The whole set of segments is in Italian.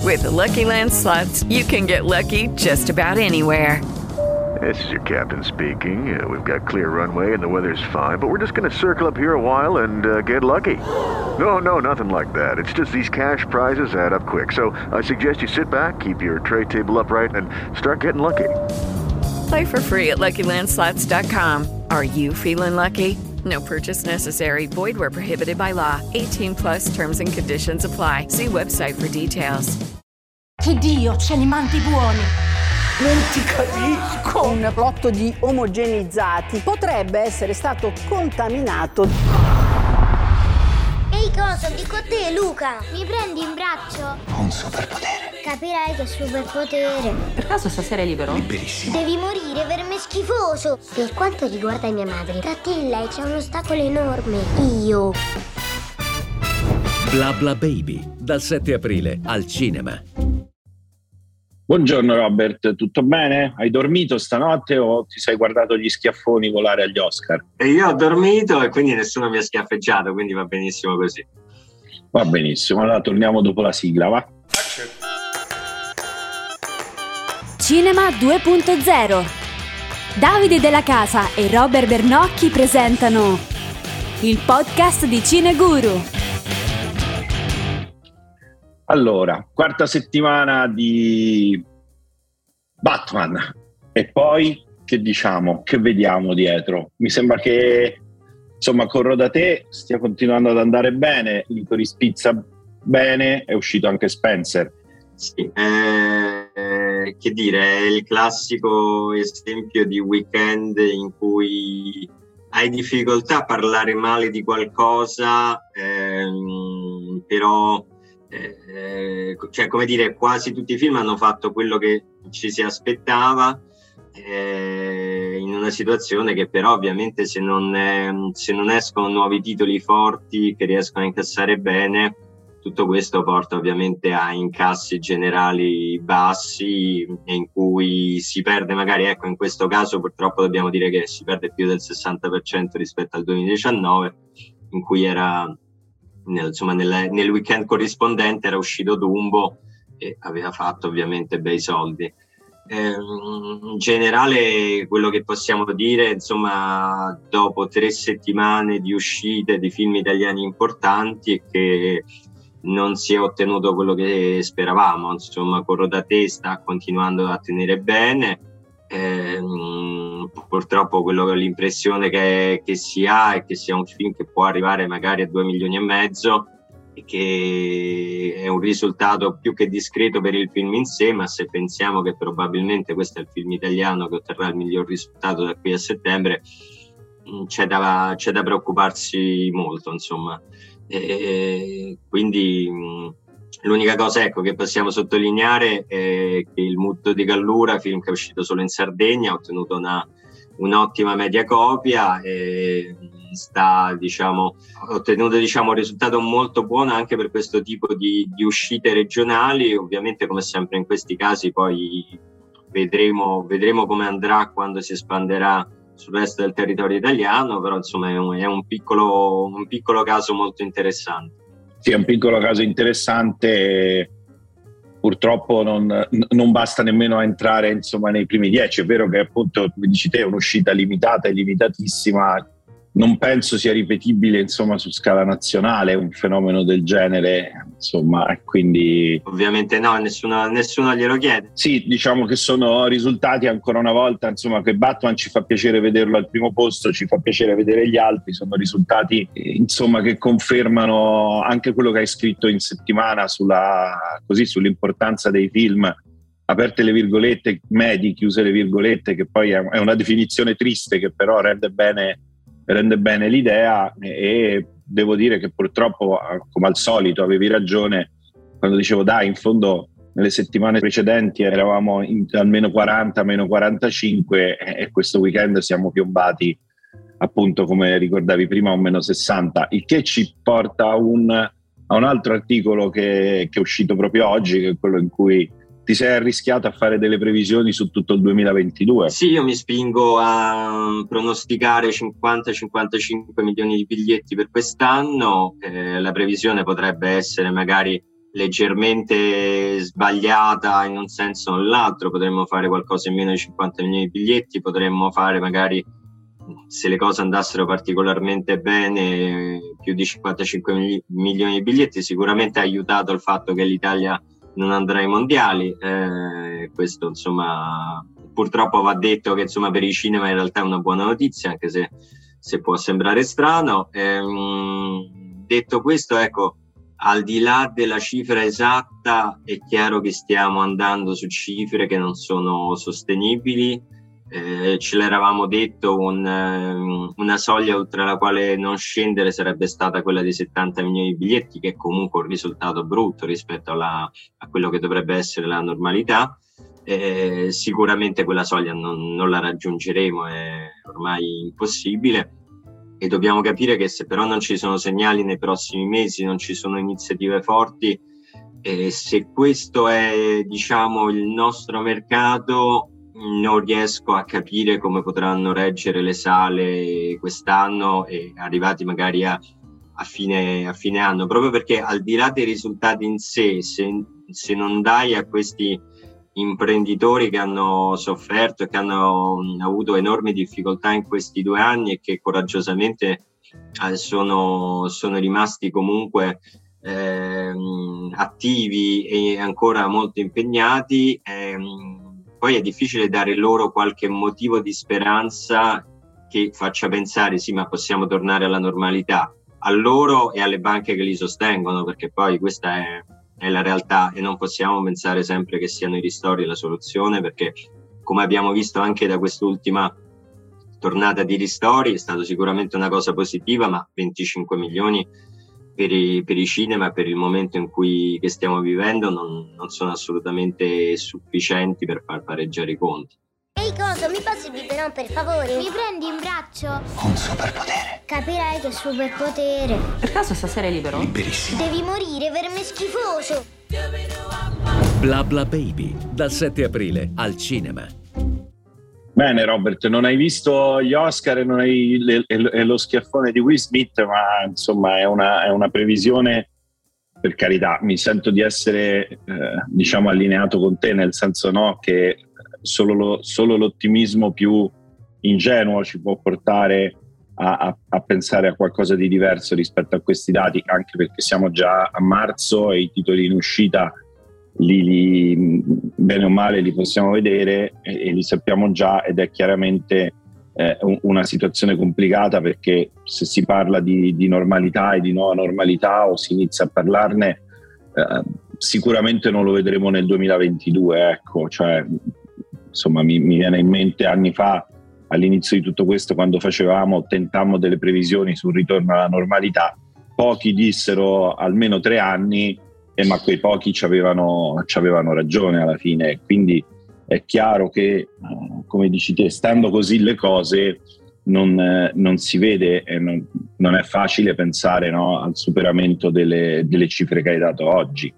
With the Lucky Land Slots, you can get lucky just about anywhere. This is your captain speaking. We've got clear runway and the weather's fine, but we're just going to circle up here a while and get lucky. No, nothing like that. It's just these cash prizes add up quick. So I suggest you sit back, keep your tray table upright, and start getting lucky. Play for free at LuckyLandSlots.com. Are you feeling lucky? No purchase necessary. Void where prohibited by law. 18 plus terms and conditions apply. See website for details. Che Dio, c'è i manti buoni! Non ti capisco! Un lotto di omogenizzati potrebbe essere stato contaminato. Ehi cosa, dico a te Luca, mi prendi in braccio? Ho un superpotere. Capirai che superpotere. Per caso stasera è libero? Liberissimo. Devi morire, verme schifoso. Per quanto riguarda mia madre, tra te e lei c'è un ostacolo enorme. Io. Bla Bla Baby, dal 7 aprile al cinema. Buongiorno Robert, tutto bene? Hai dormito stanotte o ti sei guardato gli schiaffoni volare agli Oscar? E io ho dormito e quindi nessuno mi ha schiaffeggiato, quindi va benissimo così. Va benissimo, allora torniamo dopo la sigla, va? Cinema 2.0. Davide Della Casa e Robert Bernocchi presentano il podcast di Cineguru. Allora, quarta settimana di Batman e poi che diciamo, che vediamo dietro? Mi sembra che insomma Corro da te stia continuando ad andare bene, Licorice Pizza bene, è uscito anche Spencer. Sì, che dire, è il classico esempio di weekend in cui hai difficoltà a parlare male di qualcosa, però cioè come dire, quasi tutti i film hanno fatto quello che ci si aspettava, in una situazione che però ovviamente se non escono nuovi titoli forti che riescono a incassare bene, tutto questo porta ovviamente a incassi generali bassi e in cui si perde magari, ecco, in questo caso purtroppo dobbiamo dire che si perde più del 60% rispetto al 2019, in cui era nel weekend corrispondente era uscito Dumbo e aveva fatto ovviamente bei soldi. In generale quello che possiamo dire, insomma, dopo 3 settimane di uscite di film italiani importanti è che non si è ottenuto quello che speravamo. Insomma, Corro da te sta continuando a tenere bene, purtroppo l'impressione che si ha è che sia un film che può arrivare magari a 2,5 milioni e che è un risultato più che discreto per il film in sé, ma se pensiamo che probabilmente questo è il film italiano che otterrà il miglior risultato da qui a settembre, c'è da preoccuparsi molto, insomma. Quindi l'unica cosa, ecco, che possiamo sottolineare è che Il muto di Gallura, film che è uscito solo in Sardegna, ha ottenuto un'ottima media copia e ha ottenuto un risultato molto buono anche per questo tipo di uscite regionali. Ovviamente, come sempre in questi casi, poi vedremo come andrà quando si espanderà sul resto del territorio italiano, però insomma è un piccolo caso molto interessante. Sì, è un piccolo caso interessante, purtroppo non basta nemmeno a entrare insomma nei primi 10, è vero che appunto, come dici te, è un'uscita limitata e limitatissima, non penso sia ripetibile insomma su scala nazionale un fenomeno del genere, insomma, quindi ovviamente no, nessuno glielo chiede. Sì, diciamo che sono risultati ancora una volta, insomma, che Batman ci fa piacere vederlo al primo posto, ci fa piacere vedere gli altri, sono risultati insomma che confermano anche quello che hai scritto in settimana sull'importanza dei film, aperte le virgolette, medi, chiuse le virgolette, che poi è una definizione triste che però rende bene l'idea, e devo dire che purtroppo, come al solito, avevi ragione quando dicevo dai, in fondo nelle settimane precedenti eravamo almeno 40, meno 45 e questo weekend siamo piombati appunto, come ricordavi prima, un meno 60, il che ci porta a un altro articolo che è uscito proprio oggi, che è quello in cui ti sei arrischiato a fare delle previsioni su tutto il 2022. Sì, io mi spingo a pronosticare 50-55 milioni di biglietti per quest'anno. La previsione potrebbe essere magari leggermente sbagliata in un senso o nell'altro. Potremmo fare qualcosa in meno di 50 milioni di biglietti, potremmo fare magari, se le cose andassero particolarmente bene, più di 55 milioni di biglietti. Sicuramente ha aiutato il fatto che l'Italia non andrà ai mondiali, questo insomma purtroppo va detto che insomma per i cinema in realtà è una buona notizia, anche se può sembrare strano. Detto questo, ecco, al di là della cifra esatta, è chiaro che stiamo andando su cifre che non sono sostenibili. Ce l'eravamo detto, una soglia oltre la quale non scendere sarebbe stata quella di 70 milioni di biglietti, che è comunque un risultato brutto rispetto a quello che dovrebbe essere la normalità. Sicuramente quella soglia non la raggiungeremo, è ormai impossibile, e dobbiamo capire che se però non ci sono segnali nei prossimi mesi, non ci sono iniziative forti, se questo è, diciamo, il nostro mercato, non riesco a capire come potranno reggere le sale quest'anno e arrivati magari a fine anno, proprio perché al di là dei risultati in sé, se non dai a questi imprenditori che hanno sofferto e che hanno avuto enormi difficoltà in questi 2 anni e che coraggiosamente sono rimasti comunque attivi e ancora molto impegnati, poi è difficile dare loro qualche motivo di speranza che faccia pensare sì, ma possiamo tornare alla normalità, a loro e alle banche che li sostengono, perché poi questa è la realtà, e non possiamo pensare sempre che siano i ristori la soluzione, perché come abbiamo visto anche da quest'ultima tornata di ristori è stato sicuramente una cosa positiva, ma 25 milioni per i cinema, per il momento che stiamo vivendo, non sono assolutamente sufficienti per far pareggiare i conti. Ehi Coso, mi passi il biberon per favore? Mi prendi in braccio? Un superpotere. Capirai che superpotere. Per caso stasera è libero? Liberissimo. Devi morire, verme schifoso. Bla Bla Baby, dal 7 aprile al cinema. Bene Robert, non hai visto gli Oscar e non hai lo schiaffone di Will Smith, ma insomma è una previsione, per carità. Mi sento di essere diciamo allineato con te, nel senso, no, che solo l'ottimismo più ingenuo ci può portare a pensare a qualcosa di diverso rispetto a questi dati, anche perché siamo già a marzo e i titoli in uscita li bene o male li possiamo vedere e li sappiamo già, ed è chiaramente una situazione complicata, perché se si parla di normalità e di nuova normalità, o si inizia a parlarne, sicuramente non lo vedremo nel 2022, ecco. Cioè, insomma, mi viene in mente anni fa, all'inizio di tutto questo, quando tentammo delle previsioni sul ritorno alla normalità, pochi dissero almeno 3 anni, ma quei pochi ci avevano ragione alla fine. Quindi è chiaro che, come dici te, stando così le cose, non si vede e non è facile pensare, no, al superamento delle cifre che hai dato oggi.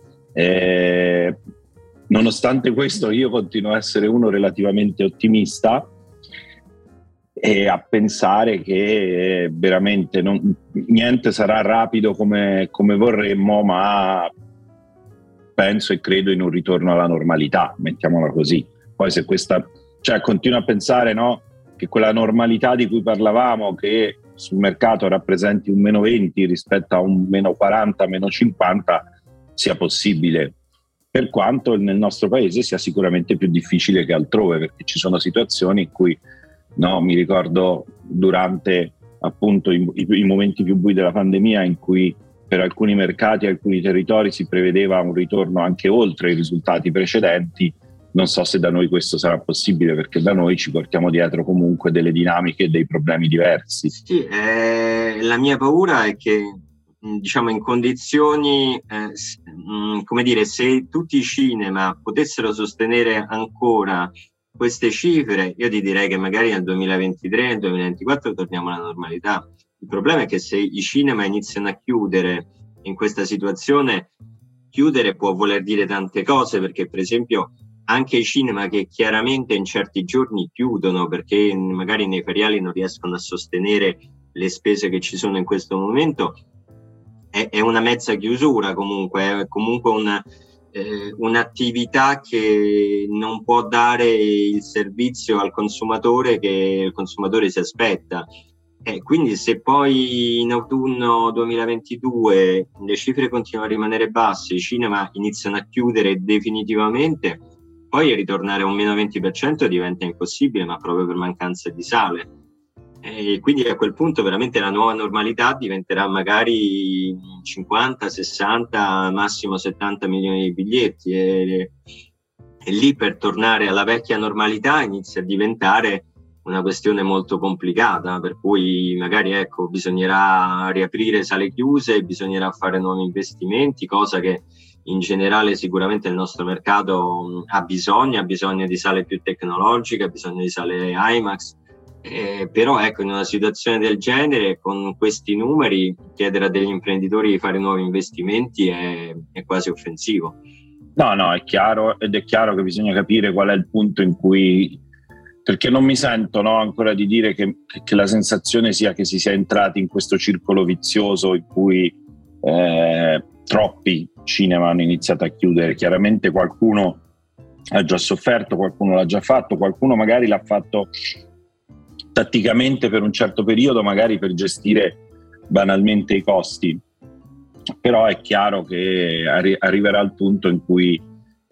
Nonostante questo, io continuo a essere uno relativamente ottimista e a pensare che veramente niente sarà rapido come vorremmo, ma penso e credo in un ritorno alla normalità, mettiamola così. Poi se continuo a pensare, no, che quella normalità di cui parlavamo, che sul mercato rappresenti un -20 rispetto a un -40, -50, sia possibile, per quanto nel nostro paese sia sicuramente più difficile che altrove, perché ci sono situazioni in cui, no, mi ricordo durante appunto i momenti più bui della pandemia, in cui per alcuni mercati e alcuni territori si prevedeva un ritorno anche oltre i risultati precedenti. Non so se da noi questo sarà possibile, perché da noi ci portiamo dietro comunque delle dinamiche e dei problemi diversi. Sì, la mia paura è che, diciamo, in condizioni, come dire, se tutti i cinema potessero sostenere ancora queste cifre, io ti direi che magari nel 2023, nel 2024 torniamo alla normalità. Il problema è che se i cinema iniziano a chiudere in questa situazione, chiudere può voler dire tante cose, perché per esempio anche i cinema che chiaramente in certi giorni chiudono perché magari nei feriali non riescono a sostenere le spese che ci sono in questo momento, è una mezza chiusura comunque, è comunque un'attività che non può dare il servizio al consumatore che il consumatore si aspetta. Quindi se poi in autunno 2022 le cifre continuano a rimanere basse, i cinema iniziano a chiudere definitivamente, poi ritornare a un meno 20% diventa impossibile, ma proprio per mancanza di sale. E quindi a quel punto veramente la nuova normalità diventerà magari 50, 60, massimo 70 milioni di biglietti, e lì per tornare alla vecchia normalità inizia a diventare una questione molto complicata, per cui magari bisognerà riaprire sale chiuse, bisognerà fare nuovi investimenti, cosa che in generale sicuramente il nostro mercato ha bisogno di sale più tecnologiche, ha bisogno di sale IMAX, però in una situazione del genere, con questi numeri, chiedere a degli imprenditori di fare nuovi investimenti è quasi offensivo. No, è chiaro, ed è chiaro che bisogna capire qual è il punto in cui, perché non mi sento ancora di dire che la sensazione sia che si sia entrati in questo circolo vizioso in cui troppi cinema hanno iniziato a chiudere. Chiaramente qualcuno ha già sofferto, qualcuno l'ha già fatto, qualcuno magari l'ha fatto tatticamente per un certo periodo, magari per gestire banalmente i costi, però è chiaro che arriverà il punto in cui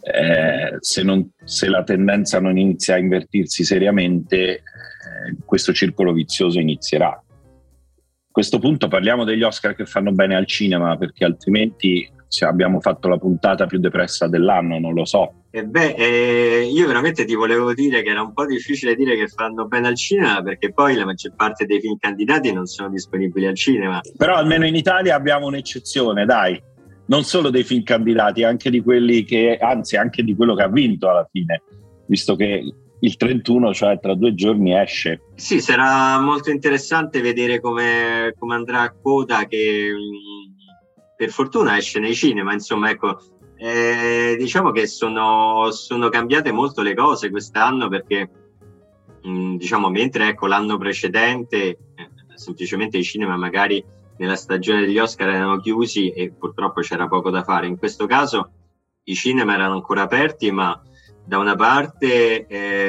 se la tendenza non inizia a invertirsi seriamente, questo circolo vizioso inizierà. A questo punto parliamo degli Oscar che fanno bene al cinema, perché altrimenti abbiamo fatto la puntata più depressa dell'anno, non lo so. Io veramente ti volevo dire che era un po' difficile dire che fanno bene al cinema, perché poi la maggior parte dei film candidati non sono disponibili al cinema. Però almeno in Italia abbiamo un'eccezione, dai. Non solo dei film candidati, anche di quelli anche di quello che ha vinto alla fine, visto che il 31, cioè tra 2 giorni, esce. Sì, sarà molto interessante vedere come andrà a Coda, che per fortuna esce nei cinema, insomma, diciamo che sono cambiate molto le cose quest'anno, perché mentre l'anno precedente semplicemente i cinema magari nella stagione degli Oscar erano chiusi e purtroppo c'era poco da fare. In questo caso i cinema erano ancora aperti, ma da una parte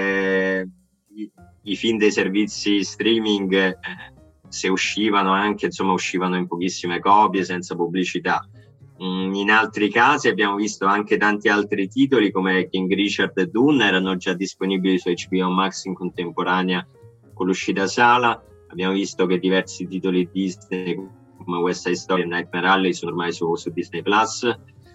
i film dei servizi streaming, se uscivano uscivano in pochissime copie, senza pubblicità. In altri casi abbiamo visto anche tanti altri titoli come King Richard e Dune erano già disponibili su HBO Max in contemporanea con l'uscita sala. Abbiamo visto che diversi titoli Disney come West Side Story e Nightmare Alley sono ormai su Disney Plus.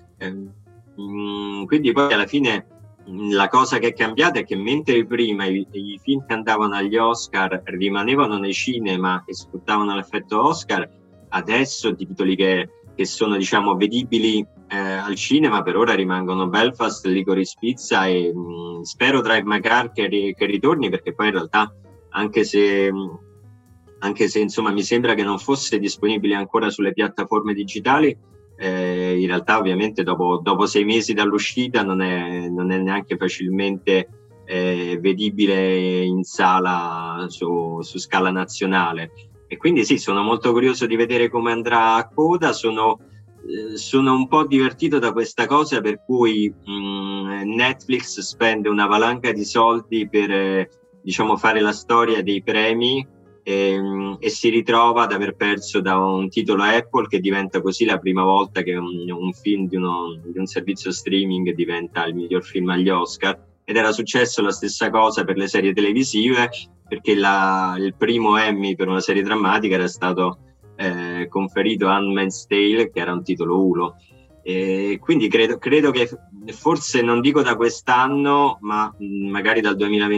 Quindi poi alla fine la cosa che è cambiata è che mentre prima i film che andavano agli Oscar rimanevano nei cinema e sfruttavano l'effetto Oscar, adesso titoli che sono vedibili al cinema per ora rimangono Belfast, Licorice Pizza e spero Drive My Car che ritorni, perché poi in realtà anche se insomma mi sembra che non fosse disponibile ancora sulle piattaforme digitali, in realtà ovviamente dopo 6 mesi dall'uscita non è neanche facilmente vedibile in sala su scala nazionale. E quindi sì, sono molto curioso di vedere come andrà a Coda. Sono un po' divertito da questa cosa per cui Netflix spende una valanga di soldi per fare la storia dei premi e si ritrova ad aver perso da un titolo Apple, che diventa così la prima volta che un film di un servizio streaming diventa il miglior film agli Oscar. Ed era successo la stessa cosa per le serie televisive, perché il primo Emmy per una serie drammatica era stato conferito a Handmaid's Tale, che era un titolo Hulu. E quindi credo che forse, non dico da quest'anno, ma magari dal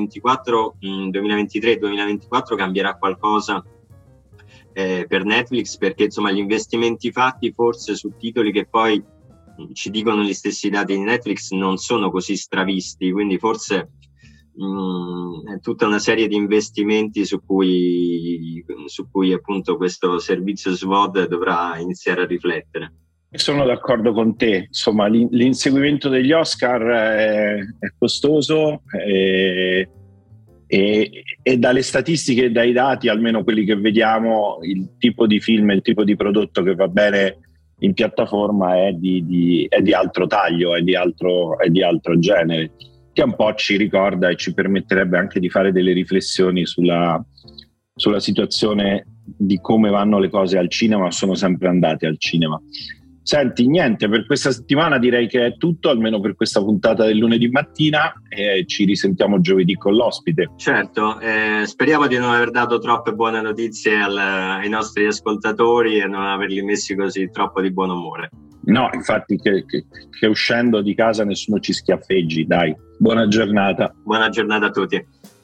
2023-2024 cambierà qualcosa per Netflix, perché insomma gli investimenti fatti forse su titoli che poi ci dicono gli stessi dati di Netflix non sono così stravisti, quindi forse è tutta una serie di investimenti su cui appunto questo servizio SVOD dovrà iniziare a riflettere. Sono d'accordo con te, insomma l'inseguimento degli Oscar è costoso e dalle statistiche e dai dati, almeno quelli che vediamo, il tipo di film, il tipo di prodotto che va bene in piattaforma è di altro taglio, è di altro genere, che un po' ci ricorda e ci permetterebbe anche di fare delle riflessioni sulla situazione di come vanno le cose al cinema, sono sempre andate al cinema. Senti, niente, per questa settimana direi che è tutto, almeno per questa puntata del lunedì mattina, e ci risentiamo giovedì con l'ospite. Certo, speriamo di non aver dato troppe buone notizie ai nostri ascoltatori e non averli messi così troppo di buon umore. No, infatti che uscendo di casa nessuno ci schiaffeggi, dai. Buona giornata. Buona giornata a tutti.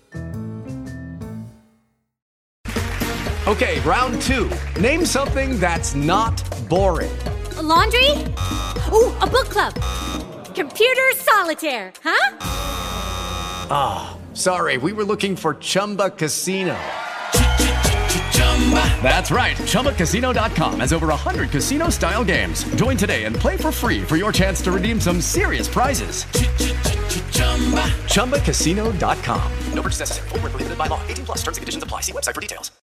Okay, round 2. Name something that's not boring. A laundry? Ooh, a book club. Computer solitaire, huh? Ah, sorry, we were looking for Chumba Casino. That's right, ChumbaCasino.com has over 100 casino-style games. Join today and play for free for your chance to redeem some serious prizes. ChumbaCasino.com. No purchase necessary. Void where prohibited by law. 18+ terms and conditions apply. See website for details.